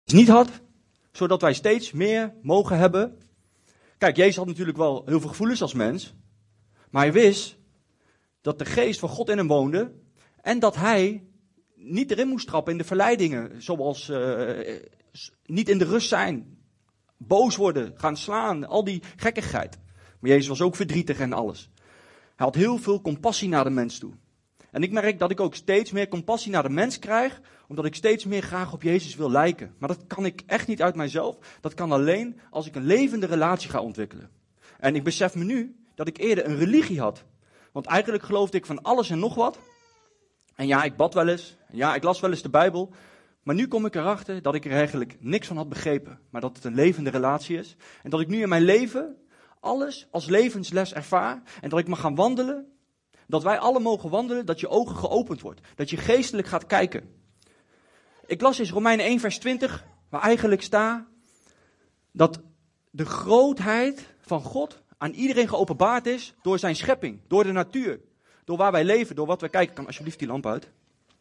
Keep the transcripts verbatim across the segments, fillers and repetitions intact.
niet had, zodat wij steeds meer mogen hebben. Kijk, Jezus had natuurlijk wel heel veel gevoelens als mens, maar hij wist dat de geest van God in hem woonde en dat hij niet erin moest trappen in de verleidingen, zoals uh, niet in de rust zijn, boos worden, gaan slaan, al die gekkigheid. Maar Jezus was ook verdrietig en alles. Hij had heel veel compassie naar de mens toe. En ik merk dat ik ook steeds meer compassie naar de mens krijg, omdat ik steeds meer graag op Jezus wil lijken. Maar dat kan ik echt niet uit mijzelf. Dat kan alleen als ik een levende relatie ga ontwikkelen. En ik besef me nu dat ik eerder een religie had. Want eigenlijk geloofde ik van alles en nog wat. En ja, ik bad wel eens. En ja, ik las wel eens de Bijbel. Maar nu kom ik erachter dat ik er eigenlijk niks van had begrepen. Maar dat het een levende relatie is. En dat ik nu in mijn leven alles als levensles ervaar. En dat ik mag gaan wandelen. Dat wij alle mogen wandelen, dat je ogen geopend wordt. Dat je geestelijk gaat kijken. Ik las eens Romeinen één vers twintig, waar eigenlijk staat dat de grootheid van God aan iedereen geopenbaard is door zijn schepping, door de natuur. Door waar wij leven, door wat wij kijken. Kan alsjeblieft die lamp uit.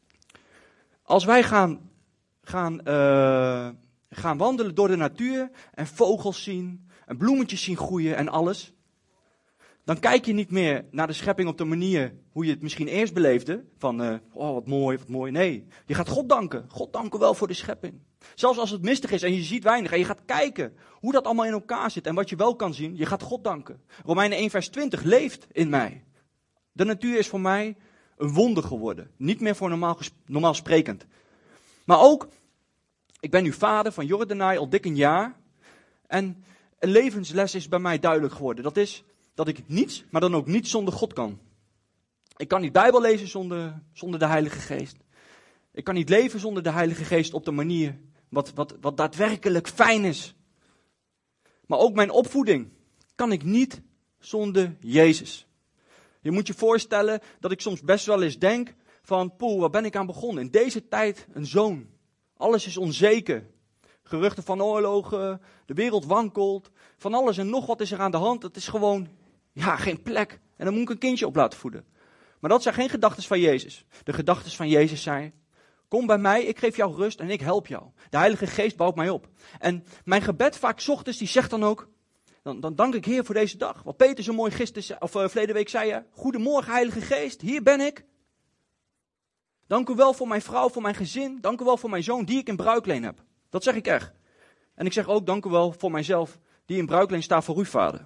Als wij gaan, gaan, uh, gaan wandelen door de natuur en vogels zien en bloemetjes zien groeien en alles, dan kijk je niet meer naar de schepping op de manier hoe je het misschien eerst beleefde. Van, uh, oh wat mooi, wat mooi. Nee, je gaat God danken. God danken wel voor de schepping. Zelfs als het mistig is en je ziet weinig. En je gaat kijken hoe dat allemaal in elkaar zit. En wat je wel kan zien, je gaat God danken. Romeinen één vers twintig leeft in mij. De natuur is voor mij een wonder geworden. Niet meer voor normaal, normaal sprekend. Maar ook, ik ben nu vader van Jordanai al dik een jaar. En een levensles is bij mij duidelijk geworden. Dat is dat ik niets, maar dan ook niets zonder God kan. Ik kan niet Bijbel lezen zonder, zonder de Heilige Geest. Ik kan niet leven zonder de Heilige Geest op de manier wat, wat, wat daadwerkelijk fijn is. Maar ook mijn opvoeding kan ik niet zonder Jezus. Je moet je voorstellen dat ik soms best wel eens denk van, poeh, waar ben ik aan begonnen? In deze tijd een zoon. Alles is onzeker. Geruchten van oorlogen, de wereld wankelt, van alles en nog wat is er aan de hand. Het is gewoon, ja, geen plek. En dan moet ik een kindje op laten voeden. Maar dat zijn geen gedachten van Jezus. De gedachten van Jezus zijn, kom bij mij, ik geef jou rust en ik help jou. De Heilige Geest bouwt mij op. En mijn gebed vaak 's ochtends, die zegt dan ook, dan, dan dank ik Heer voor deze dag. Wat Peter zo mooi gisteren, of uh, verleden week zei, je, goedemorgen Heilige Geest, hier ben ik. Dank u wel voor mijn vrouw, voor mijn gezin. Dank u wel voor mijn zoon die ik in bruikleen heb. Dat zeg ik echt. En ik zeg ook dank u wel voor mijzelf die in bruikleen staat voor uw vader.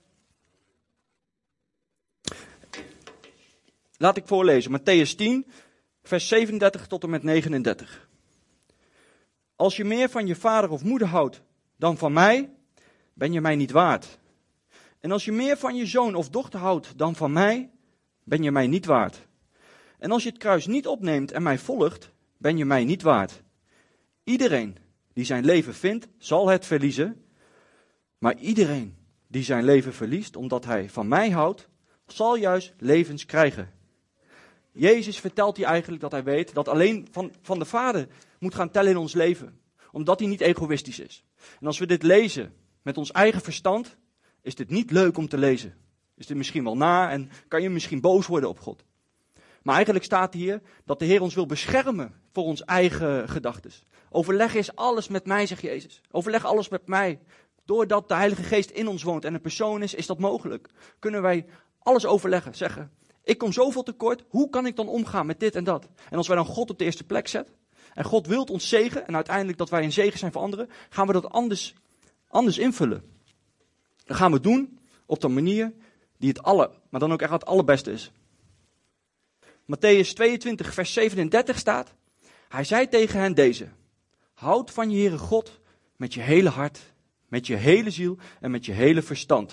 Laat ik voorlezen, Mattheüs tien, vers zevenendertig tot en met negenendertig. Als je meer van je vader of moeder houdt dan van mij, ben je mij niet waard. En als je meer van je zoon of dochter houdt dan van mij, ben je mij niet waard. En als je het kruis niet opneemt en mij volgt, ben je mij niet waard. Iedereen die zijn leven vindt, zal het verliezen. Maar iedereen die zijn leven verliest, omdat hij van mij houdt, zal juist levens krijgen. Jezus vertelt hier eigenlijk dat hij weet dat alleen van, van de Vader moet gaan tellen in ons leven. Omdat hij niet egoïstisch is. En als we dit lezen met ons eigen verstand, is dit niet leuk om te lezen. Is dit misschien wel na en kan je misschien boos worden op God. Maar eigenlijk staat hier dat de Heer ons wil beschermen voor ons eigen gedachten. Overleg is alles met mij, zegt Jezus. Overleg alles met mij. Doordat de Heilige Geest in ons woont en een persoon is, is dat mogelijk. Kunnen wij alles overleggen, zeggen, ik kom zoveel tekort, hoe kan ik dan omgaan met dit en dat? En als wij dan God op de eerste plek zetten, en God wilt ons zegen, en uiteindelijk dat wij een zegen zijn voor anderen, gaan we dat anders, anders invullen. Dan gaan we het doen op de manier die het alle, maar dan ook echt het allerbeste is. Mattheüs tweeëntwintig, vers zevenendertig staat, hij zei tegen hen deze, houd van je Heere God met je hele hart, met je hele ziel en met je hele verstand.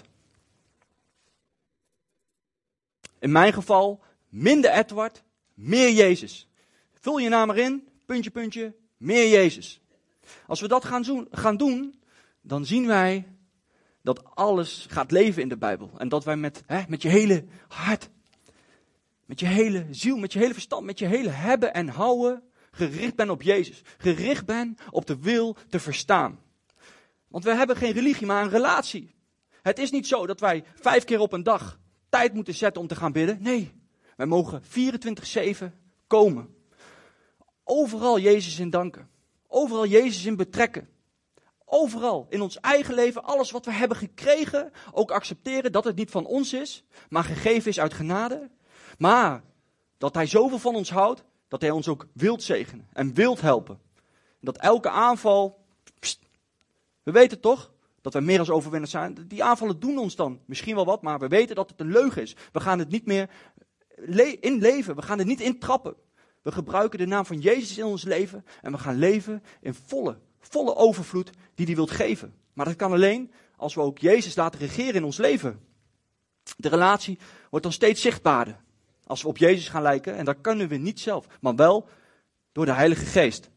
In mijn geval, minder Edward, meer Jezus. Vul je naam erin, puntje, puntje, meer Jezus. Als we dat gaan doen, gaan doen, dan zien wij dat alles gaat leven in de Bijbel. En dat wij met, hè, met je hele hart, met je hele ziel, met je hele verstand, met je hele hebben en houden, gericht ben op Jezus. Gericht ben op de wil te verstaan. Want we hebben geen religie, maar een relatie. Het is niet zo dat wij vijf keer op een dag tijd moeten zetten om te gaan bidden. Nee, wij mogen vierentwintig zeven komen. Overal Jezus in danken. overal Jezus in betrekken. Overal, in ons eigen leven, alles wat we hebben gekregen, ook accepteren dat het niet van ons is, maar gegeven is uit genade. Maar dat hij zoveel van ons houdt, dat hij ons ook wilt zegenen en wilt helpen. Dat elke aanval, pst, we weten toch dat we meer als overwinnaars zijn. Die aanvallen doen ons dan misschien wel wat, maar we weten dat het een leugen is. We gaan het niet meer le- inleven, we gaan het niet intrappen. We gebruiken de naam van Jezus in ons leven en we gaan leven in volle, volle overvloed die hij wilt geven. Maar dat kan alleen als we ook Jezus laten regeren in ons leven. De relatie wordt dan steeds zichtbaarder als we op Jezus gaan lijken en dat kunnen we niet zelf, maar wel door de Heilige Geest.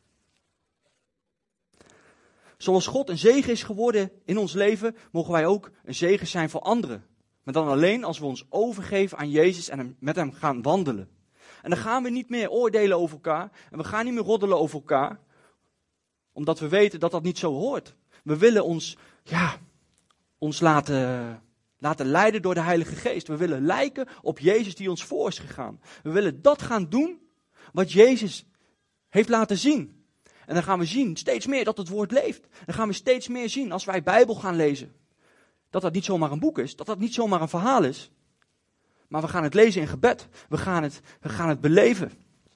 Zoals God een zegen is geworden in ons leven, mogen wij ook een zegen zijn voor anderen. Maar dan alleen als we ons overgeven aan Jezus en hem, met hem gaan wandelen. En dan gaan we niet meer oordelen over elkaar en we gaan niet meer roddelen over elkaar, omdat we weten dat dat niet zo hoort. We willen ons, ja, ons laten, laten leiden door de Heilige Geest. We willen lijken op Jezus die ons voor is gegaan. We willen dat gaan doen wat Jezus heeft laten zien. En dan gaan we zien steeds meer dat het woord leeft. Dan gaan we steeds meer zien als wij Bijbel gaan lezen. Dat dat niet zomaar een boek is, dat dat niet zomaar een verhaal is. Maar we gaan het lezen in gebed. We gaan het, we gaan het beleven.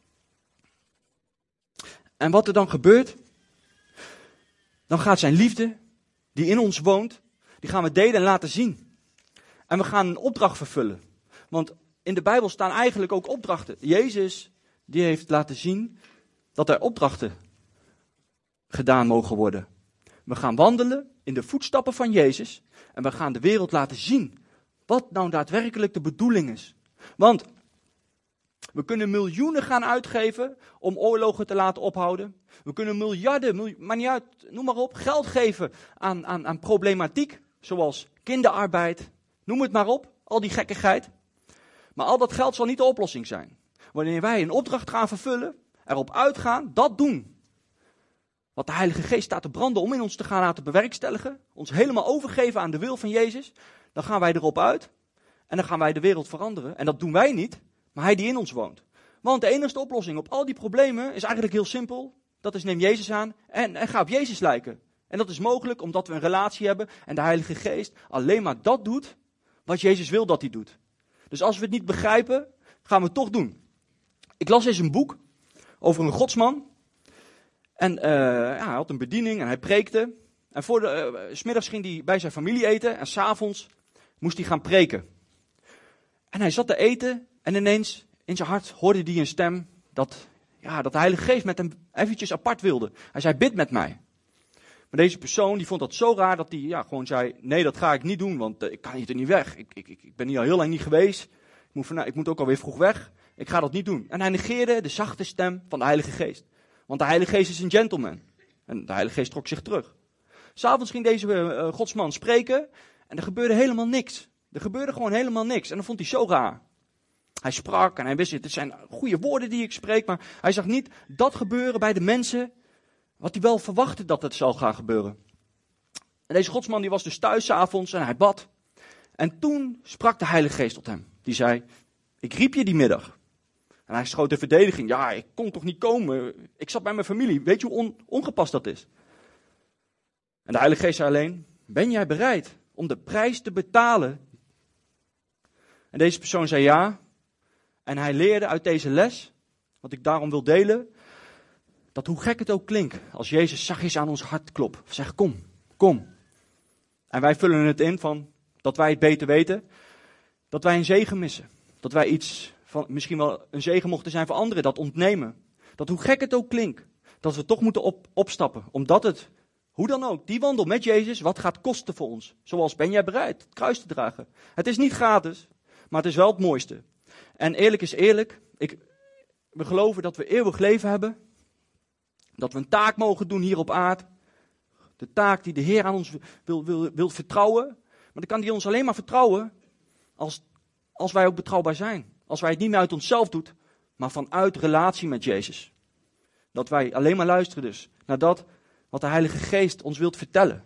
En wat er dan gebeurt, dan gaat zijn liefde, die in ons woont, die gaan we delen en laten zien. En we gaan een opdracht vervullen. Want in de Bijbel staan eigenlijk ook opdrachten. Jezus, die heeft laten zien dat er opdrachten gedaan mogen worden. We gaan wandelen in de voetstappen van Jezus en we gaan de wereld laten zien wat nou daadwerkelijk de bedoeling is. Want we kunnen miljoenen gaan uitgeven om oorlogen te laten ophouden. We kunnen miljarden, miljoen, maar niet uit, noem maar op, geld geven aan, aan, aan problematiek, zoals kinderarbeid, noem het maar op, al die gekkigheid. Maar al dat geld zal niet de oplossing zijn. Wanneer wij een opdracht gaan vervullen, erop uitgaan, dat doen. Wat de Heilige Geest staat te branden om in ons te gaan laten bewerkstelligen, ons helemaal overgeven aan de wil van Jezus, dan gaan wij erop uit en dan gaan wij de wereld veranderen. En dat doen wij niet, maar Hij die in ons woont. Want de enige oplossing op al die problemen is eigenlijk heel simpel. Dat is neem Jezus aan en, en ga op Jezus lijken. En dat is mogelijk omdat we een relatie hebben en de Heilige Geest alleen maar dat doet wat Jezus wil dat hij doet. Dus als we het niet begrijpen, gaan we het toch doen. Ik las eens een boek over een godsman. En uh, ja, hij had een bediening en hij preekte. En voor de, uh, 's middags ging hij bij zijn familie eten en 's avonds moest hij gaan preken. En hij zat te eten en ineens in zijn hart hoorde hij een stem dat, ja, dat de Heilige Geest met hem eventjes apart wilde. Hij zei, bid met mij. Maar deze persoon die vond dat zo raar dat hij ja, gewoon zei, nee, dat ga ik niet doen, want uh, ik kan hier niet weg. Ik, ik, ik ben hier al heel lang niet geweest. Ik moet, van, ik moet ook alweer vroeg weg. Ik ga dat niet doen. En hij negeerde de zachte stem van de Heilige Geest. Want de Heilige Geest is een gentleman. En de Heilige Geest trok zich terug. 'S Avonds ging deze uh, godsman spreken en er gebeurde helemaal niks. Er gebeurde gewoon helemaal niks. En dat vond hij zo raar. Hij sprak en hij wist, het zijn goede woorden die ik spreek, maar hij zag niet dat gebeuren bij de mensen wat hij wel verwachtte dat het zou gaan gebeuren. En deze godsman die was dus thuis 's avonds en hij bad. En toen sprak de Heilige Geest tot hem. Die zei, ik riep je die middag. En hij schoot de verdediging. Ja, ik kon toch niet komen. Ik zat bij mijn familie. Weet je hoe on, ongepast dat is? En de Heilige Geest zei alleen, ben jij bereid om de prijs te betalen? En deze persoon zei ja. En hij leerde uit deze les, wat ik daarom wil delen, dat hoe gek het ook klinkt, als Jezus zachtjes aan ons hart klopt. Zeg, kom, kom. En wij vullen het in van, dat wij het beter weten, dat wij een zegen missen. Dat wij iets van, misschien wel een zegen mochten zijn voor anderen, dat ontnemen. Dat hoe gek het ook klinkt, dat we toch moeten op, opstappen. Omdat het, hoe dan ook, die wandel met Jezus, wat gaat kosten voor ons. Zoals, ben jij bereid het kruis te dragen? Het is niet gratis, maar het is wel het mooiste. En eerlijk is eerlijk, ik, we geloven dat we eeuwig leven hebben. Dat we een taak mogen doen hier op aarde. De taak die de Heer aan ons wil, wil, wil vertrouwen. Maar dan kan hij ons alleen maar vertrouwen als, als wij ook betrouwbaar zijn. Als wij het niet meer uit onszelf doen, maar vanuit relatie met Jezus. Dat wij alleen maar luisteren dus naar dat wat de Heilige Geest ons wilt vertellen.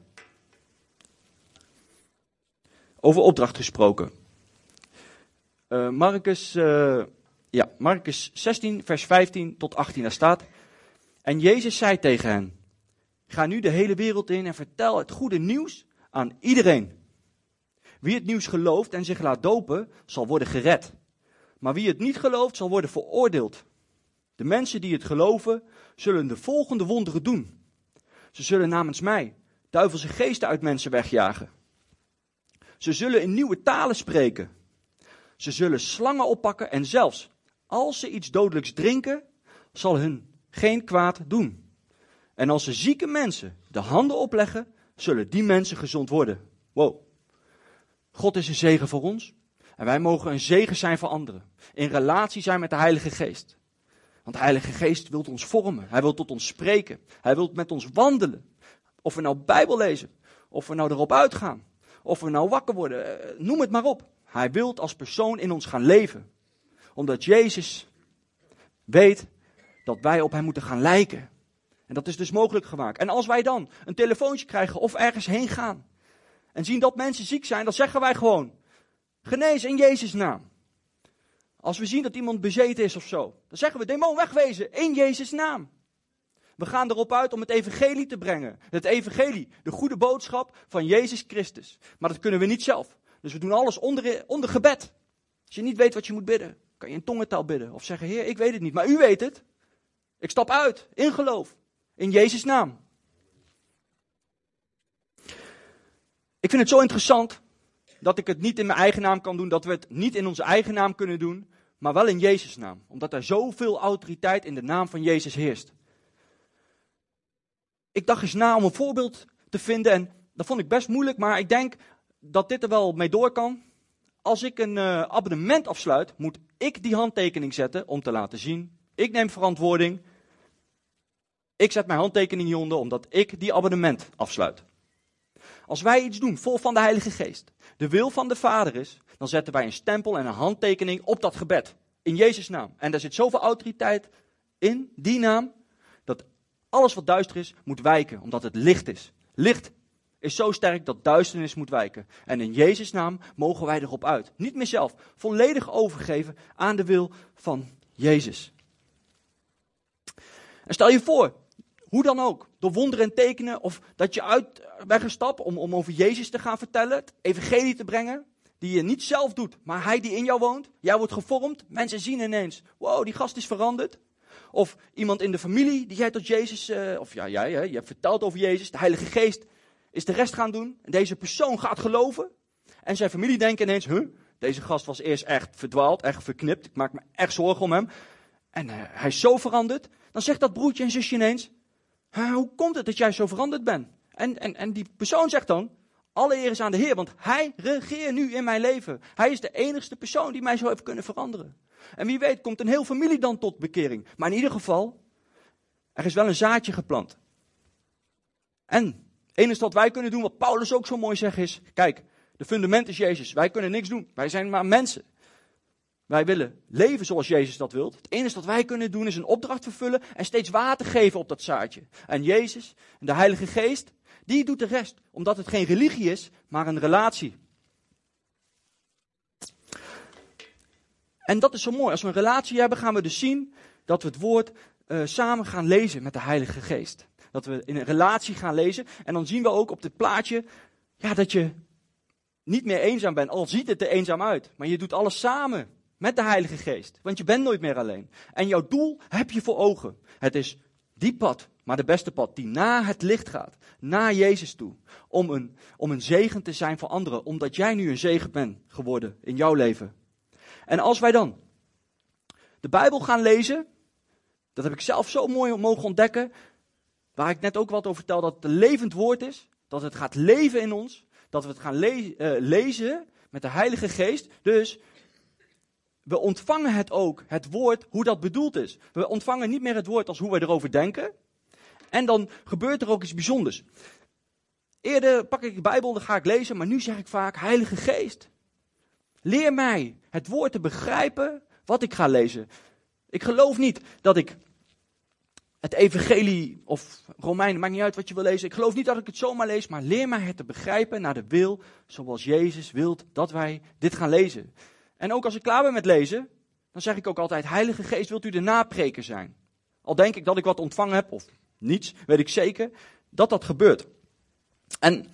Over opdracht gesproken. Uh, Marcus, uh, ja, Marcus zestien, vers vijftien tot achttien, daar staat. En Jezus zei tegen hen, ga nu de hele wereld in en vertel het goede nieuws aan iedereen. Wie het nieuws gelooft en zich laat dopen, zal worden gered. Maar wie het niet gelooft, zal worden veroordeeld. De mensen die het geloven, zullen de volgende wonderen doen. Ze zullen namens mij duivelse geesten uit mensen wegjagen. Ze zullen in nieuwe talen spreken. Ze zullen slangen oppakken en zelfs als ze iets dodelijks drinken, zal hun geen kwaad doen. En als ze zieke mensen de handen opleggen, zullen die mensen gezond worden. Wow. God is een zegen voor ons. En wij mogen een zegen zijn voor anderen. In relatie zijn met de Heilige Geest. Want de Heilige Geest wil ons vormen. Hij wil tot ons spreken. Hij wil met ons wandelen. Of we nou Bijbel lezen. Of we nou erop uitgaan. Of we nou wakker worden. Noem het maar op. Hij wil als persoon in ons gaan leven. Omdat Jezus weet dat wij op hem moeten gaan lijken. En dat is dus mogelijk gemaakt. En als wij dan een telefoontje krijgen of ergens heen gaan. En zien dat mensen ziek zijn, dan zeggen wij gewoon. Genees in Jezus' naam. Als we zien dat iemand bezeten is of zo. Dan zeggen we demon wegwezen in Jezus' naam. We gaan erop uit om het evangelie te brengen. Het evangelie, de goede boodschap van Jezus Christus. Maar dat kunnen we niet zelf. Dus we doen alles onder, onder gebed. Als je niet weet wat je moet bidden, kan je in tongentaal bidden. Of zeggen, Heer, ik weet het niet, maar u weet het. Ik stap uit, in geloof. In Jezus' naam. Ik vind het zo interessant dat ik het niet in mijn eigen naam kan doen. Dat we het niet in onze eigen naam kunnen doen. Maar wel in Jezus' naam. Omdat er zoveel autoriteit in de naam van Jezus heerst. Ik dacht eens na om een voorbeeld te vinden. En dat vond ik best moeilijk. Maar ik denk dat dit er wel mee door kan. Als ik een uh, abonnement afsluit, moet ik die handtekening zetten om te laten zien. Ik neem verantwoording. Ik zet mijn handtekening hieronder omdat ik die abonnement afsluit. Als wij iets doen vol van de Heilige Geest, de wil van de Vader is, dan zetten wij een stempel en een handtekening op dat gebed. In Jezus' naam. En daar zit zoveel autoriteit in die naam, dat alles wat duister is, moet wijken, omdat het licht is. Licht is zo sterk dat duisternis moet wijken. En in Jezus' naam mogen wij erop uit. Niet meer zelf, volledig overgeven aan de wil van Jezus. En stel je voor, hoe dan ook, door wonderen en tekenen, of dat je uit bent gestapt om, om over Jezus te gaan vertellen, het evangelie te brengen, die je niet zelf doet, maar hij die in jou woont. Jij wordt gevormd, mensen zien ineens, wow, die gast is veranderd. Of iemand in de familie die jij tot Jezus, uh, of ja, jij, hè, je hebt verteld over Jezus, de Heilige Geest is de rest gaan doen. En deze persoon gaat geloven. En zijn familie denkt ineens, huh, deze gast was eerst echt verdwaald, echt verknipt, ik maak me echt zorgen om hem. En uh, hij is zo veranderd. Dan zegt dat broertje en zusje ineens, hoe komt het dat jij zo veranderd bent? En, en, en die persoon zegt dan, alle eer is aan de Heer, want hij regeert nu in mijn leven. Hij is de enigste persoon die mij zo heeft kunnen veranderen. En wie weet komt een heel familie dan tot bekering. Maar in ieder geval, er is wel een zaadje geplant. En het enige wat wij kunnen doen, wat Paulus ook zo mooi zegt is, kijk, de fundament is Jezus. Wij kunnen niks doen, wij zijn maar mensen. Wij willen leven zoals Jezus dat wil. Het enige wat wij kunnen doen is een opdracht vervullen en steeds water geven op dat zaadje. En Jezus en de Heilige Geest, die doet de rest. Omdat het geen religie is, maar een relatie. En dat is zo mooi. Als we een relatie hebben, gaan we dus zien dat we het woord uh, samen gaan lezen met de Heilige Geest. Dat we in een relatie gaan lezen. En dan zien we ook op dit plaatje ja, dat je niet meer eenzaam bent. Al ziet het er eenzaam uit. Maar je doet alles samen. Met de Heilige Geest. Want je bent nooit meer alleen. En jouw doel heb je voor ogen. Het is die pad, maar de beste pad, die naar het licht gaat. Naar Jezus toe. Om een, om een zegen te zijn voor anderen. Omdat jij nu een zegen bent geworden in jouw leven. En als wij dan de Bijbel gaan lezen. Dat heb ik zelf zo mooi mogen ontdekken. Waar ik net ook wat over vertel. Dat het een levend woord is. Dat het gaat leven in ons. Dat we het gaan le- uh, lezen met de Heilige Geest. Dus we ontvangen het ook, het woord, hoe dat bedoeld is. We ontvangen niet meer het woord als hoe wij erover denken. En dan gebeurt er ook iets bijzonders. Eerder pak ik de Bijbel, dan ga ik lezen, maar nu zeg ik vaak, Heilige Geest, leer mij het woord te begrijpen wat ik ga lezen. Ik geloof niet dat ik het evangelie of Romeinen, maakt niet uit wat je wil lezen. Ik geloof niet dat ik het zomaar lees, maar leer mij het te begrijpen naar de wil zoals Jezus wilt dat wij dit gaan lezen. En ook als ik klaar ben met lezen, dan zeg ik ook altijd, Heilige Geest, wilt u de napreker zijn? al denk ik dat ik wat ontvangen heb, of niets, weet ik zeker, dat dat gebeurt. En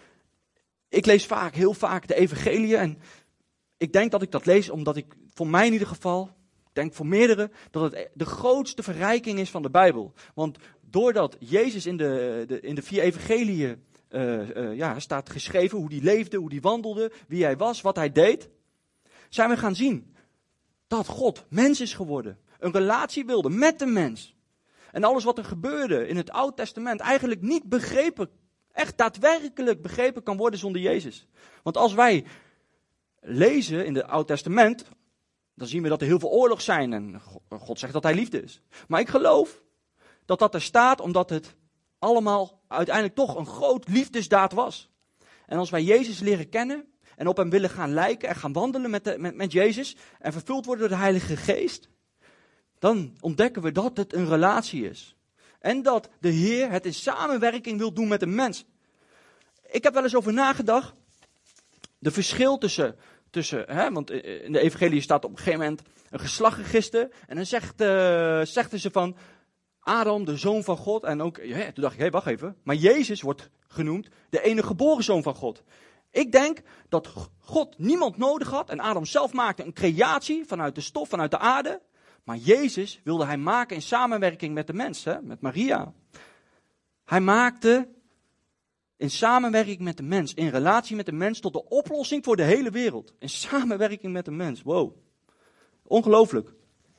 ik lees vaak, heel vaak de evangeliën en ik denk dat ik dat lees omdat ik, voor mij in ieder geval, ik denk voor meerdere, dat het de grootste verrijking is van de Bijbel. Want doordat Jezus in de, de, in de vier evangeliën uh, uh, ja, staat geschreven, hoe hij leefde, hoe hij wandelde, wie hij was, wat hij deed, zijn we gaan zien dat God mens is geworden. Een relatie wilde met de mens. En alles wat er gebeurde in het Oude Testament eigenlijk niet begrepen, echt daadwerkelijk begrepen kan worden zonder Jezus. Want als wij lezen in het Oude Testament, dan zien we dat er heel veel oorlog zijn en God zegt dat hij liefde is. Maar ik geloof dat dat er staat omdat het allemaal uiteindelijk toch een groot liefdesdaad was. En als wij Jezus leren kennen en op hem willen gaan lijken en gaan wandelen met, de, met, met Jezus en vervuld worden door de Heilige Geest, dan ontdekken we dat het een relatie is. En dat de Heer het in samenwerking wil doen met de mens. Ik heb wel eens over nagedacht, de verschil tussen, tussen hè, want in de evangelie staat op een gegeven moment een geslachtregister. En dan zegt, uh, zegden ze van Adam, de zoon van God. En ook, ja, toen dacht ik, hé, hey, wacht even. Maar Jezus wordt genoemd de enige geboren zoon van God. Ik denk dat God niemand nodig had. En Adam zelf maakte een creatie vanuit de stof, vanuit de aarde. Maar Jezus wilde hij maken in samenwerking met de mens, hè, met Maria. Hij maakte in samenwerking met de mens, in relatie met de mens, tot de oplossing voor de hele wereld. In samenwerking met de mens, wow. Ongelooflijk.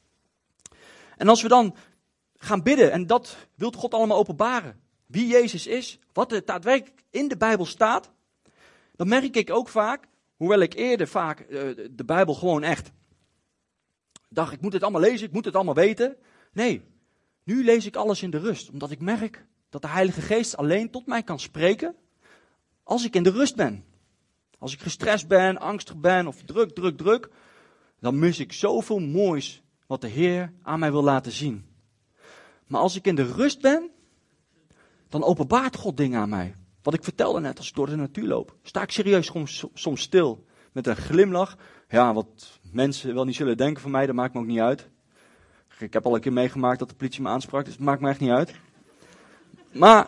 En als we dan gaan bidden, en dat wil God allemaal openbaren, wie Jezus is, wat er daadwerkelijk in de Bijbel staat, dan merk ik ook vaak, hoewel ik eerder vaak uh, de Bijbel gewoon echt dacht, ik moet het allemaal lezen, ik moet het allemaal weten. Nee, nu lees ik alles in de rust, omdat ik merk dat de Heilige Geest alleen tot mij kan spreken als ik in de rust ben. Als ik gestrest ben, angstig ben of druk, druk, druk, dan mis ik zoveel moois wat de Heer aan mij wil laten zien. Maar als ik in de rust ben, dan openbaart God dingen aan mij. Wat ik vertelde net, als ik door de natuur loop, sta ik serieus soms, soms stil met een glimlach. Ja, wat mensen wel niet zullen denken van mij, dat maakt me ook niet uit. Ik heb al een keer meegemaakt dat de politie me aansprak, dus het maakt me echt niet uit. Maar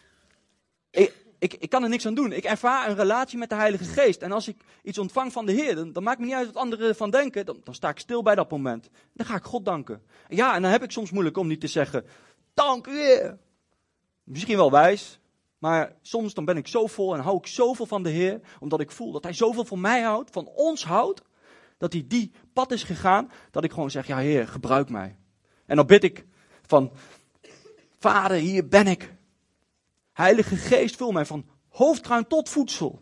ik, ik, ik kan er niks aan doen. Ik ervaar een relatie met de Heilige Geest. En als ik iets ontvang van de Heer, dan, dan maakt me niet uit wat anderen ervan denken. Dan, dan sta ik stil bij dat moment. Dan ga ik God danken. Ja, en dan heb ik soms moeilijk om niet te zeggen, dank u Heer. Misschien wel wijs, maar soms dan ben ik zo vol en hou ik zoveel van de Heer, omdat ik voel dat hij zoveel van mij houdt, van ons houdt, dat hij die pad is gegaan, dat ik gewoon zeg, ja Heer, gebruik mij. En dan bid ik van, Vader, hier ben ik. Heilige Geest, vul mij van hoofdkruin tot voedsel.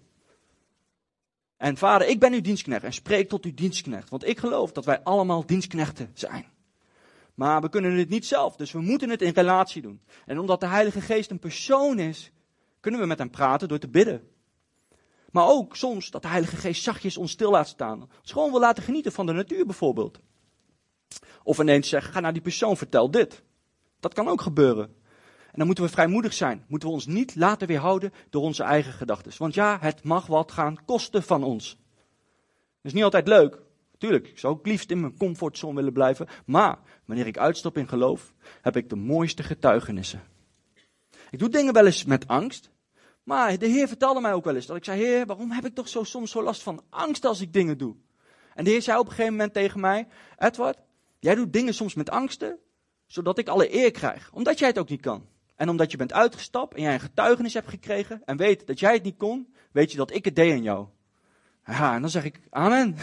En Vader, ik ben uw dienstknecht en spreek tot uw dienstknecht, want ik geloof dat wij allemaal dienstknechten zijn. Maar we kunnen het niet zelf, dus we moeten het in relatie doen. En omdat de Heilige Geest een persoon is, kunnen we met hem praten door te bidden. Maar ook soms dat de Heilige Geest zachtjes ons stil laat staan. Ons gewoon wil laten genieten van de natuur bijvoorbeeld. Of ineens zeggen, ga naar die persoon, vertel dit. Dat kan ook gebeuren. En dan moeten we vrijmoedig zijn. Moeten we ons niet laten weerhouden door onze eigen gedachten. Want ja, het mag wat gaan kosten van ons. Dat is niet altijd leuk. Tuurlijk, ik zou ook liefst in mijn comfortzone willen blijven. Maar wanneer ik uitstap in geloof, heb ik de mooiste getuigenissen. Ik doe dingen wel eens met angst. Maar de Heer vertelde mij ook wel eens dat ik zei, Heer, waarom heb ik toch zo, soms zo last van angst als ik dingen doe? En de Heer zei op een gegeven moment tegen mij, Edward, jij doet dingen soms met angsten, zodat ik alle eer krijg. Omdat jij het ook niet kan. En omdat je bent uitgestapt en jij een getuigenis hebt gekregen en weet dat jij het niet kon, weet je dat ik het deed aan jou. Ja, en dan zeg ik, amen.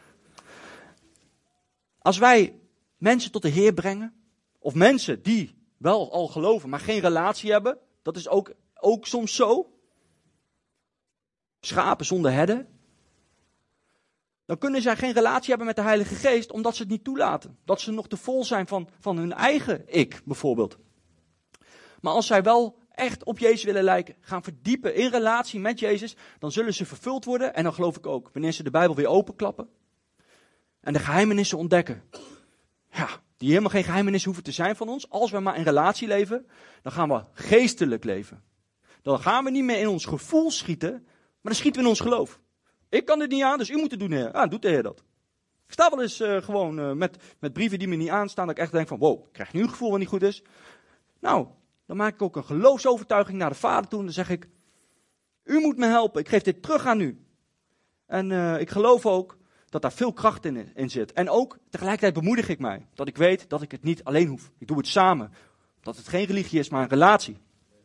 Als wij mensen tot de Heer brengen, of mensen die wel al geloven, maar geen relatie hebben, dat is ook, ook soms zo. Schapen zonder herder. Dan kunnen zij geen relatie hebben met de Heilige Geest, omdat ze het niet toelaten. Dat ze nog te vol zijn van, van hun eigen ik, bijvoorbeeld. Maar als zij wel echt op Jezus willen lijken, gaan verdiepen in relatie met Jezus, dan zullen ze vervuld worden. En dan geloof ik ook, wanneer ze de Bijbel weer openklappen en de geheimenissen ontdekken. Ja, die helemaal geen geheimenissen hoeven te zijn van ons. Als we maar in relatie leven, dan gaan we geestelijk leven. Dan gaan we niet meer in ons gevoel schieten, maar dan schieten we in ons geloof. Ik kan dit niet aan, dus u moet het doen, Heer. Ah, doet de Heer dat. Ik sta wel eens uh, gewoon uh, met, met brieven die me niet aanstaan, dat ik echt denk van, wow, ik krijg nu een gevoel wat niet goed is. Nou, dan maak ik ook een geloofsovertuiging naar de Vader toe en dan zeg ik, u moet me helpen, ik geef dit terug aan u. En uh, ik geloof ook dat daar veel kracht in, in zit. En ook tegelijkertijd bemoedig ik mij, dat ik weet dat ik het niet alleen hoef. Ik doe het samen, dat het geen religie is, maar een relatie.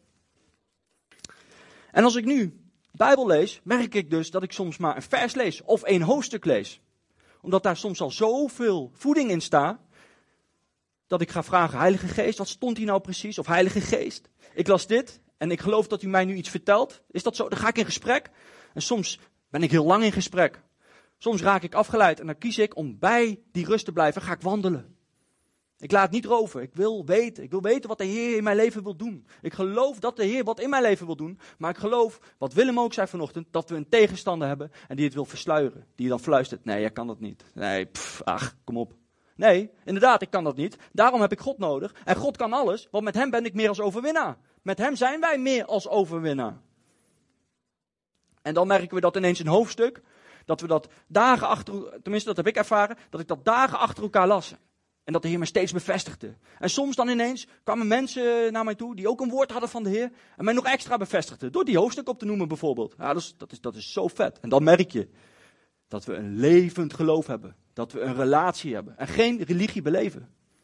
En als ik nu Bijbel lees, merk ik dus dat ik soms maar een vers lees of één hoofdstuk lees. Omdat daar soms al zoveel voeding in staat, dat ik ga vragen, Heilige Geest, wat stond hier nou precies? Of Heilige Geest, ik las dit en ik geloof dat u mij nu iets vertelt. Is dat zo? Dan ga ik in gesprek. En soms ben ik heel lang in gesprek. Soms raak ik afgeleid en dan kies ik om bij die rust te blijven, ga ik wandelen. Ik laat niet roven. Ik wil weten. Ik wil weten wat de Heer in mijn leven wil doen. Ik geloof dat de Heer wat in mijn leven wil doen. Maar ik geloof, wat Willem ook zei vanochtend, dat we een tegenstander hebben en die het wil versluieren. Die dan fluistert, nee, jij kan dat niet. Nee, pff, ach, kom op. Nee, inderdaad, ik kan dat niet. Daarom heb ik God nodig. En God kan alles, want met hem ben ik meer als overwinnaar. Met hem zijn wij meer als overwinnaar. En dan merken we dat ineens een hoofdstuk, dat we dat dagen achter, tenminste dat heb ik ervaren, dat ik dat dagen achter elkaar las. En dat de Heer me steeds bevestigde. En soms dan ineens kwamen mensen naar mij toe die ook een woord hadden van de Heer. En mij nog extra bevestigden. Door die hoofdstuk op te noemen bijvoorbeeld. Ja, dat is, dat is, dat is zo vet. En dan merk je dat we een levend geloof hebben. Dat we een relatie hebben. En geen religie beleven.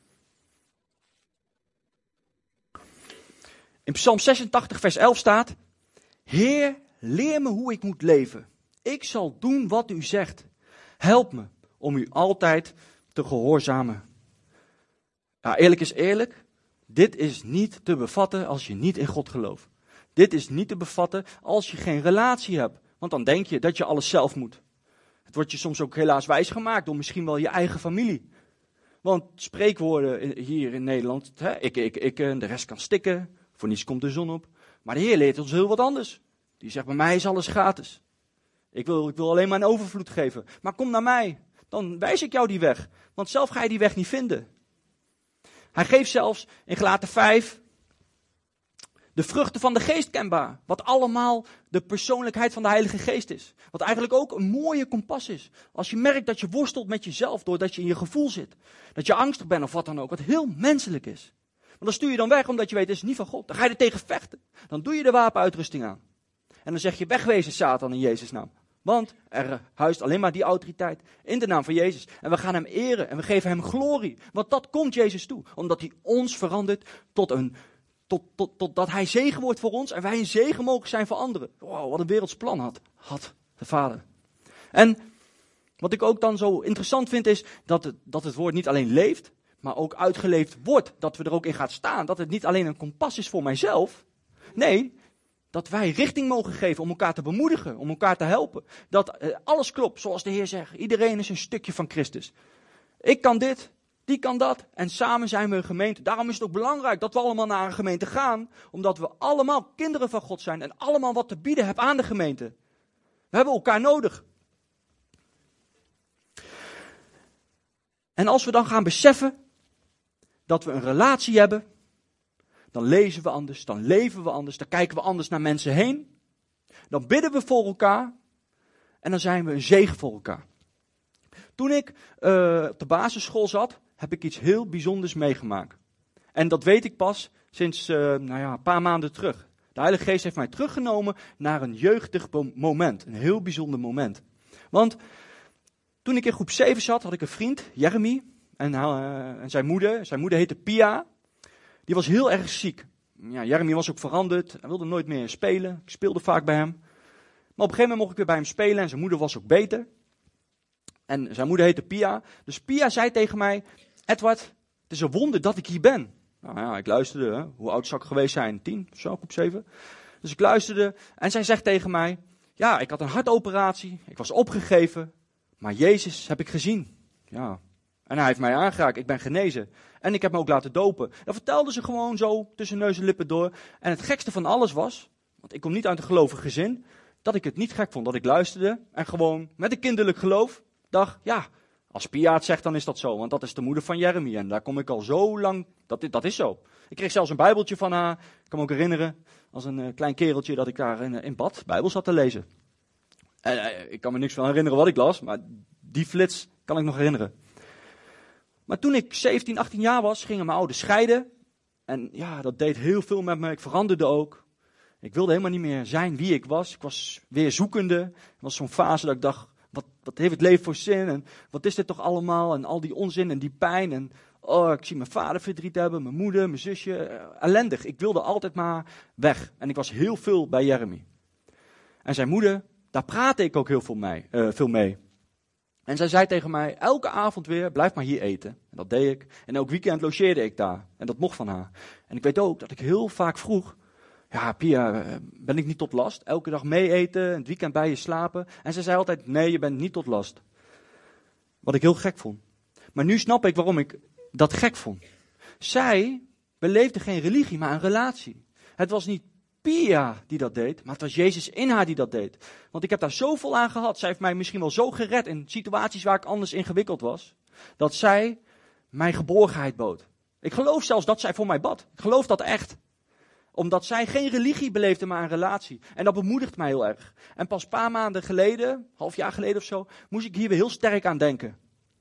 In Psalm zesentachtig vers elf staat. Heer, leer me hoe ik moet leven. Ik zal doen wat u zegt. Help me om u altijd te gehoorzamen. Ja, eerlijk is eerlijk, dit is niet te bevatten als je niet in God gelooft. Dit is niet te bevatten als je geen relatie hebt. Want dan denk je dat je alles zelf moet. Het wordt je soms ook helaas wijsgemaakt door misschien wel je eigen familie. Want spreekwoorden hier in Nederland, hè, ik, ik, ik en de rest kan stikken, voor niets komt de zon op. Maar de Heer leert ons heel wat anders. Die zegt, bij mij is alles gratis. Ik wil, ik wil alleen maar een overvloed geven. Maar kom naar mij, dan wijs ik jou die weg. Want zelf ga je die weg niet vinden. Hij geeft zelfs in Galaten vijf de vruchten van de geest kenbaar. Wat allemaal de persoonlijkheid van de Heilige Geest is. Wat eigenlijk ook een mooie kompas is. Als je merkt dat je worstelt met jezelf doordat je in je gevoel zit. Dat je angstig bent of wat dan ook. Wat heel menselijk is. Want dan stuur je dan weg omdat je weet, het is niet van God. Dan ga je er tegen vechten. Dan doe je de wapenuitrusting aan. En dan zeg je, wegwezen Satan in Jezus' naam. Want er huist alleen maar die autoriteit in de naam van Jezus. En we gaan hem eren en we geven hem glorie. Want dat komt Jezus toe. Omdat hij ons verandert tot een, tot, tot, tot dat hij zegen wordt voor ons. En wij een zegen mogen zijn voor anderen. Wow, wat een werelds plan had, had de Vader. En wat ik ook dan zo interessant vind is dat het, dat het woord niet alleen leeft. Maar ook uitgeleefd wordt. Dat we er ook in gaan staan. Dat het niet alleen een kompas is voor mijzelf. Nee, dat wij richting mogen geven om elkaar te bemoedigen, om elkaar te helpen. Dat uh, alles klopt, zoals de Heer zegt. Iedereen is een stukje van Christus. Ik kan dit, die kan dat. En samen zijn we een gemeente. Daarom is het ook belangrijk dat we allemaal naar een gemeente gaan. Omdat we allemaal kinderen van God zijn en allemaal wat te bieden hebben aan de gemeente. We hebben elkaar nodig. En als we dan gaan beseffen dat we een relatie hebben, dan lezen we anders, dan leven we anders, dan kijken we anders naar mensen heen. Dan bidden we voor elkaar en dan zijn we een zegen voor elkaar. Toen ik uh, op de basisschool zat, heb ik iets heel bijzonders meegemaakt. En dat weet ik pas sinds uh, nou ja, een paar maanden terug. De Heilige Geest heeft mij teruggenomen naar een jeugdig moment, een heel bijzonder moment. Want toen ik in groep zeven zat, had ik een vriend, Jeremy, en, uh, en zijn moeder, zijn moeder heette Pia. Die was heel erg ziek. Ja, Jeremy was ook veranderd. Hij wilde nooit meer spelen. Ik speelde vaak bij hem. Maar op een gegeven moment mocht ik weer bij hem spelen. En zijn moeder was ook beter. En zijn moeder heette Pia. Dus Pia zei tegen mij, Edward, het is een wonder dat ik hier ben. Nou ja, ik luisterde. Hè. Hoe oud zou ik geweest zijn? Tien of zo, op zeven. Dus ik luisterde. En zij zegt tegen mij, ja, ik had een hartoperatie. Ik was opgegeven. Maar Jezus heb ik gezien. Ja. En hij heeft mij aangeraakt. Ik ben genezen. En ik heb me ook laten dopen. Dat vertelde ze gewoon zo tussen neus en lippen door. En het gekste van alles was, want ik kom niet uit een gelovig gezin, dat ik het niet gek vond dat ik luisterde. En gewoon met een kinderlijk geloof dacht, ja, als Pia het zegt dan is dat zo. Want dat is de moeder van Jeremy. En daar kom ik al zo lang, dat, dat is zo. Ik kreeg zelfs een bijbeltje van haar. Ik kan me ook herinneren, als een uh, klein kereltje, dat ik daar in, in bad bijbel zat te lezen. En uh, ik kan me niks van herinneren wat ik las, maar die flits, Kan ik nog herinneren. Maar toen ik zeventien, achttien jaar was, gingen mijn ouders scheiden. En ja, dat deed heel veel met me. Ik veranderde ook. Ik wilde helemaal niet meer zijn wie ik was. Ik was weer zoekende. Het was zo'n fase dat ik dacht, wat, wat heeft het leven voor zin? En wat is dit toch allemaal? En al die onzin en die pijn. En oh, ik zie mijn vader verdriet hebben, mijn moeder, mijn zusje. Ellendig. Ik wilde altijd maar weg. En ik was heel veel bij Jeremy. En zijn moeder, daar praatte ik ook heel veel mee. Uh, veel mee. En zij zei tegen mij, elke avond weer, blijf maar hier eten. En dat deed ik. En elk weekend logeerde ik daar. En dat mocht van haar. En ik weet ook dat ik heel vaak vroeg, ja Pia, ben ik niet tot last? Elke dag mee eten, het weekend bij je slapen. En zij zei altijd, nee, je bent niet tot last. Wat ik heel gek vond. Maar nu snap ik waarom ik dat gek vond. Zij beleefde geen religie, maar een relatie. Het was niet Pia die dat deed, maar het was Jezus in haar die dat deed. Want ik heb daar zoveel aan gehad. Zij heeft mij misschien wel zo gered in situaties waar ik anders ingewikkeld was. Dat zij mij geborgenheid bood. Ik geloof zelfs dat zij voor mij bad. Ik geloof dat echt. Omdat zij geen religie beleefde, maar een relatie. En dat bemoedigt mij heel erg. En pas een paar maanden geleden, half jaar geleden of zo, moest ik hier weer heel sterk aan denken.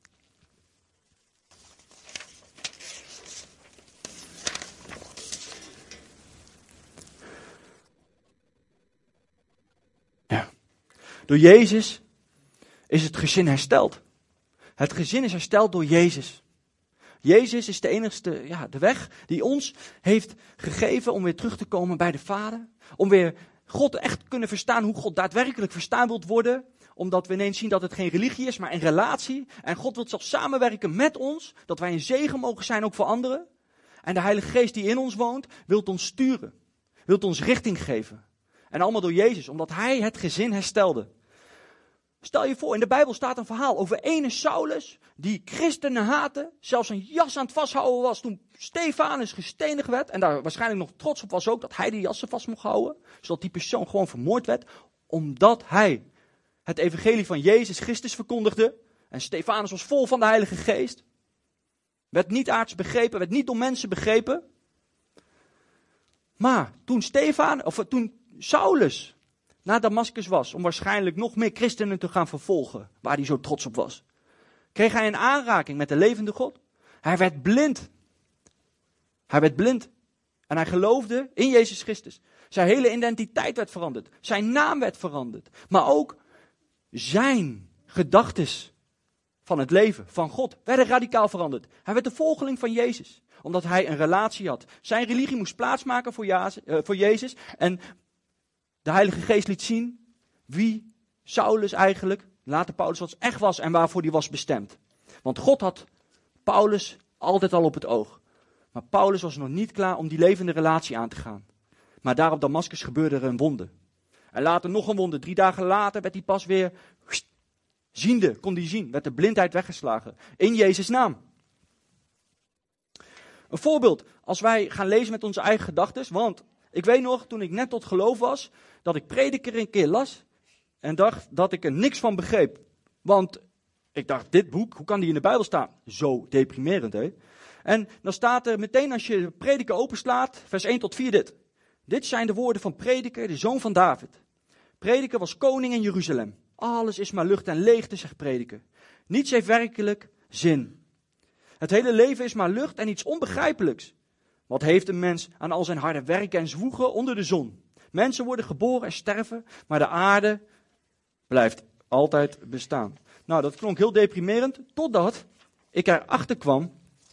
Ja. Door Jezus is het gezin hersteld. Het gezin is hersteld door Jezus. Jezus is de enigste, ja, de weg die ons heeft gegeven om weer terug te komen bij de Vader. Om weer God echt te kunnen verstaan hoe God daadwerkelijk verstaan wilt worden. Omdat we ineens zien dat het geen religie is, maar een relatie. En God wil zelfs samenwerken met ons. Dat wij een zegen mogen zijn ook voor anderen. En de Heilige Geest die in ons woont, wil ons sturen. Wil ons richting geven. En allemaal door Jezus, omdat Hij het gezin herstelde. Stel je voor, in de Bijbel staat een verhaal over ene Saulus, die christenen haatte, zelfs een jas aan het vasthouden was toen Stefanus gestenigd werd. En daar waarschijnlijk nog trots op was ook, dat hij die jassen vast mocht houden. Zodat die persoon gewoon vermoord werd, omdat hij het evangelie van Jezus Christus verkondigde. En Stefanus was vol van de Heilige Geest. Werd niet aards begrepen, werd niet door mensen begrepen. Maar toen Stefan, of toen Saulus naar Damascus was, om waarschijnlijk nog meer christenen te gaan vervolgen, waar hij zo trots op was, kreeg hij een aanraking met de levende God. Hij werd blind. Hij werd blind. En hij geloofde in Jezus Christus. Zijn hele identiteit werd veranderd. Zijn naam werd veranderd. Maar ook zijn gedachtes van het leven, van God, werden radicaal veranderd. Hij werd de volgeling van Jezus, omdat hij een relatie had. Zijn religie moest plaatsmaken voor, ja, uh, voor Jezus. En de Heilige Geest liet zien wie Saulus eigenlijk, later Paulus, was, echt was en waarvoor hij was bestemd. Want God had Paulus altijd al op het oog. Maar Paulus was nog niet klaar om die levende relatie aan te gaan. Maar daar op Damascus gebeurde er een wonder. En later nog een wonder. Drie dagen later werd hij pas weer wst, ziende, kon hij zien. Werd de blindheid weggeslagen. In Jezus' naam. Een voorbeeld. Als wij gaan lezen met onze eigen gedachten. Want ik weet nog, toen ik net tot geloof was, dat ik Prediker een keer las. En dacht dat ik er niks van begreep. Want ik dacht, dit boek, hoe kan die in de Bijbel staan? Zo deprimerend, hè? En dan staat er meteen als je Prediker openslaat, vers één tot vier dit. Dit zijn de woorden van Prediker, de zoon van David. Prediker was koning in Jeruzalem. Alles is maar lucht en leegte, zegt Prediker. Niets heeft werkelijk zin. Het hele leven is maar lucht en iets onbegrijpelijks. Wat heeft een mens aan al zijn harde werken en zwoegen onder de zon? Mensen worden geboren en sterven, maar de aarde blijft altijd bestaan. Nou, dat klonk heel deprimerend, totdat ik erachter kwam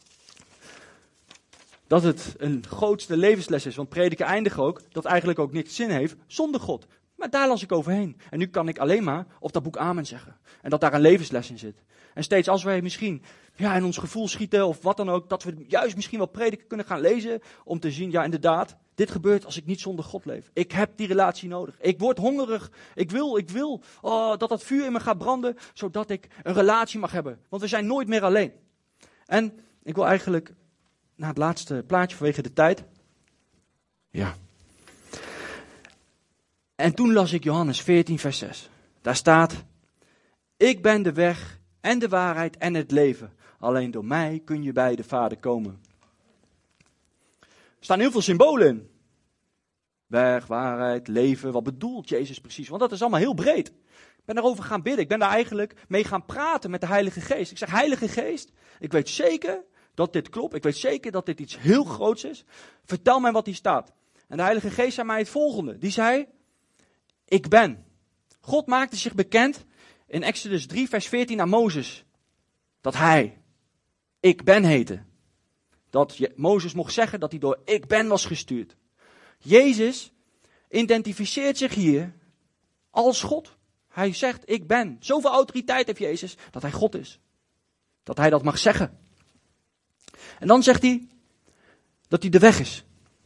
dat het een grootste levensles is. Want Prediker eindigt ook, dat eigenlijk ook niks zin heeft zonder God. Maar daar las ik overheen. En nu kan ik alleen maar op dat boek amen zeggen. En dat daar een levensles in zit. En steeds als wij misschien ja, in ons gevoel schieten of wat dan ook, dat we juist misschien wel Prediker kunnen gaan lezen om te zien, ja inderdaad, dit gebeurt als ik niet zonder God leef. Ik heb die relatie nodig. Ik word hongerig. Ik wil, ik wil oh, dat dat vuur in me gaat branden, zodat ik een relatie mag hebben. Want we zijn nooit meer alleen. En ik wil eigenlijk naar het laatste plaatje vanwege de tijd. Ja. En toen las ik Johannes veertien vers zes. Daar staat, ik ben de weg en de waarheid en het leven. Alleen door mij kun je bij de Vader komen. Er staan heel veel symbolen in. Weg, waarheid, leven. Wat bedoelt Jezus precies? Want dat is allemaal heel breed. Ik ben daarover gaan bidden. Ik ben daar eigenlijk mee gaan praten met de Heilige Geest. Ik zeg, Heilige Geest, ik weet zeker dat dit klopt. Ik weet zeker dat dit iets heel groots is. Vertel mij wat hier staat. En de Heilige Geest zei mij het volgende. Die zei, ik ben. God maakte zich bekend in Exodus drie vers veertien aan Mozes. Dat hij, ik ben heette. Dat je, Mozes mocht zeggen dat hij door ik ben was gestuurd. Jezus identificeert zich hier als God. Hij zegt, ik ben. Zoveel autoriteit heeft Jezus, dat hij God is. Dat hij dat mag zeggen. En dan zegt hij, dat hij de weg is.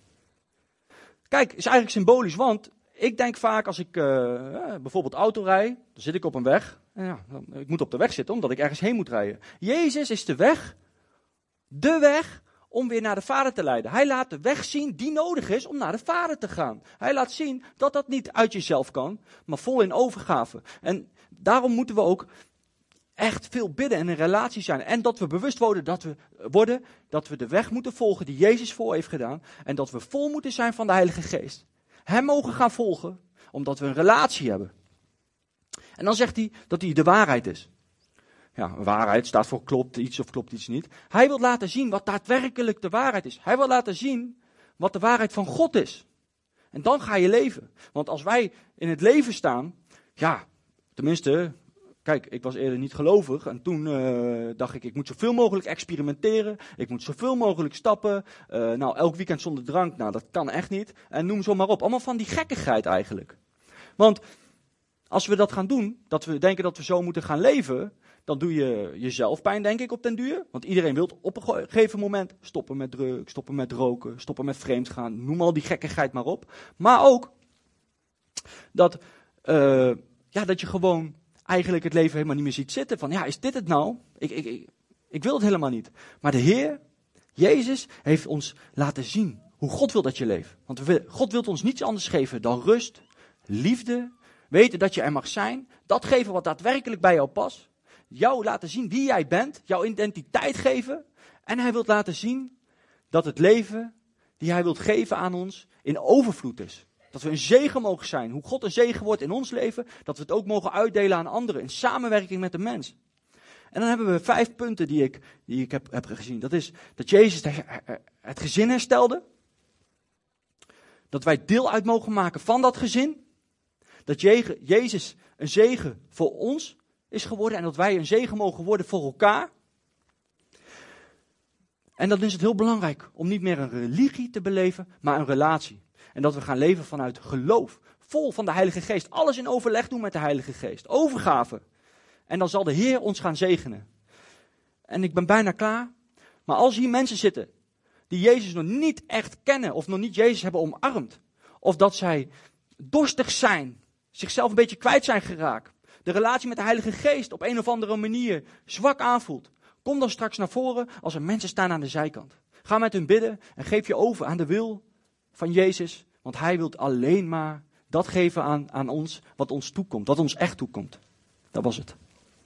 Kijk, is eigenlijk symbolisch, want ik denk vaak als ik uh, bijvoorbeeld auto rijd, dan zit ik op een weg. En ja, dan, ik moet op de weg zitten, omdat ik ergens heen moet rijden. Jezus is de weg, de weg om weer naar de Vader te leiden. Hij laat de weg zien die nodig is om naar de Vader te gaan. Hij laat zien dat dat niet uit jezelf kan, maar vol in overgave. En daarom moeten we ook echt veel bidden en in relatie zijn. En dat we bewust worden dat we, worden dat we de weg moeten volgen die Jezus voor heeft gedaan. En dat we vol moeten zijn van de Heilige Geest. Hem mogen gaan volgen, omdat we een relatie hebben. En dan zegt hij dat hij de waarheid is. Ja, waarheid staat voor klopt iets of klopt iets niet. Hij wil laten zien wat daadwerkelijk de waarheid is. Hij wil laten zien wat de waarheid van God is. En dan ga je leven. Want als wij in het leven staan, ja, tenminste, kijk, ik was eerder niet gelovig. En toen uh, dacht ik, ik moet zoveel mogelijk experimenteren. Ik moet zoveel mogelijk stappen. Uh, nou, elk weekend zonder drank, nou, dat kan echt niet. En noem zo maar op. Allemaal van die gekkigheid eigenlijk. Want als we dat gaan doen, dat we denken dat we zo moeten gaan leven, dan doe je jezelf pijn, denk ik, op den duur. Want iedereen wil op een gegeven moment stoppen met drugs, stoppen met roken, stoppen met vreemdgaan. Noem al die gekkigheid maar op. Maar ook dat, uh, ja, dat je gewoon eigenlijk het leven helemaal niet meer ziet zitten. Van ja, is dit het nou? Ik, ik, ik, ik wil het helemaal niet. Maar de Heer, Jezus, heeft ons laten zien hoe God wil dat je leeft. Want we, God wil ons niets anders geven dan rust, liefde, weten dat je er mag zijn. Dat geven wat daadwerkelijk bij jou past. Jou laten zien wie jij bent, jouw identiteit geven. En hij wil laten zien dat het leven die hij wil geven aan ons in overvloed is. Dat we een zegen mogen zijn. Hoe God een zegen wordt in ons leven, dat we het ook mogen uitdelen aan anderen in samenwerking met de mens. En dan hebben we vijf punten die ik, die ik heb, heb gezien. Dat is dat Jezus het gezin herstelde. Dat wij deel uit mogen maken van dat gezin. Dat Jezus een zegen voor ons is geworden en dat wij een zegen mogen worden voor elkaar. En dan is het heel belangrijk om niet meer een religie te beleven, maar een relatie. En dat we gaan leven vanuit geloof, vol van de Heilige Geest. Alles in overleg doen met de Heilige Geest. Overgave. En dan zal de Heer ons gaan zegenen. En ik ben bijna klaar. Maar als hier mensen zitten die Jezus nog niet echt kennen of nog niet Jezus hebben omarmd. Of dat zij dorstig zijn, zichzelf een beetje kwijt zijn geraakt. De relatie met de Heilige Geest op een of andere manier zwak aanvoelt. Kom dan straks naar voren als er mensen staan aan de zijkant. Ga met hun bidden en geef je over aan de wil van Jezus. Want hij wil alleen maar dat geven aan, aan ons wat ons toekomt. Wat ons echt toekomt. Dat was het.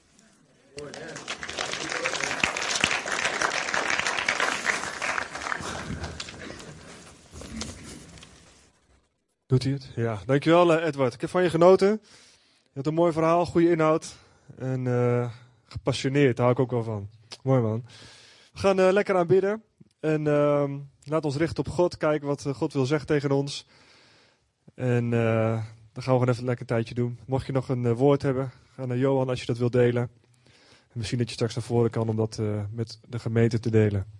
Doet hij het? Ja, dankjewel Edward. Ik heb van je genoten. Je hebt een mooi verhaal, goede inhoud. En uh, gepassioneerd, daar hou ik ook wel van. Mooi man. We gaan uh, lekker aanbidden. En uh, laat ons richten op God. Kijken wat God wil zeggen tegen ons. En uh, dan gaan we gewoon even een lekker tijdje doen. Mocht je nog een uh, woord hebben, ga naar Johan als je dat wilt delen. En misschien dat je straks naar voren kan om dat uh, met de gemeente te delen.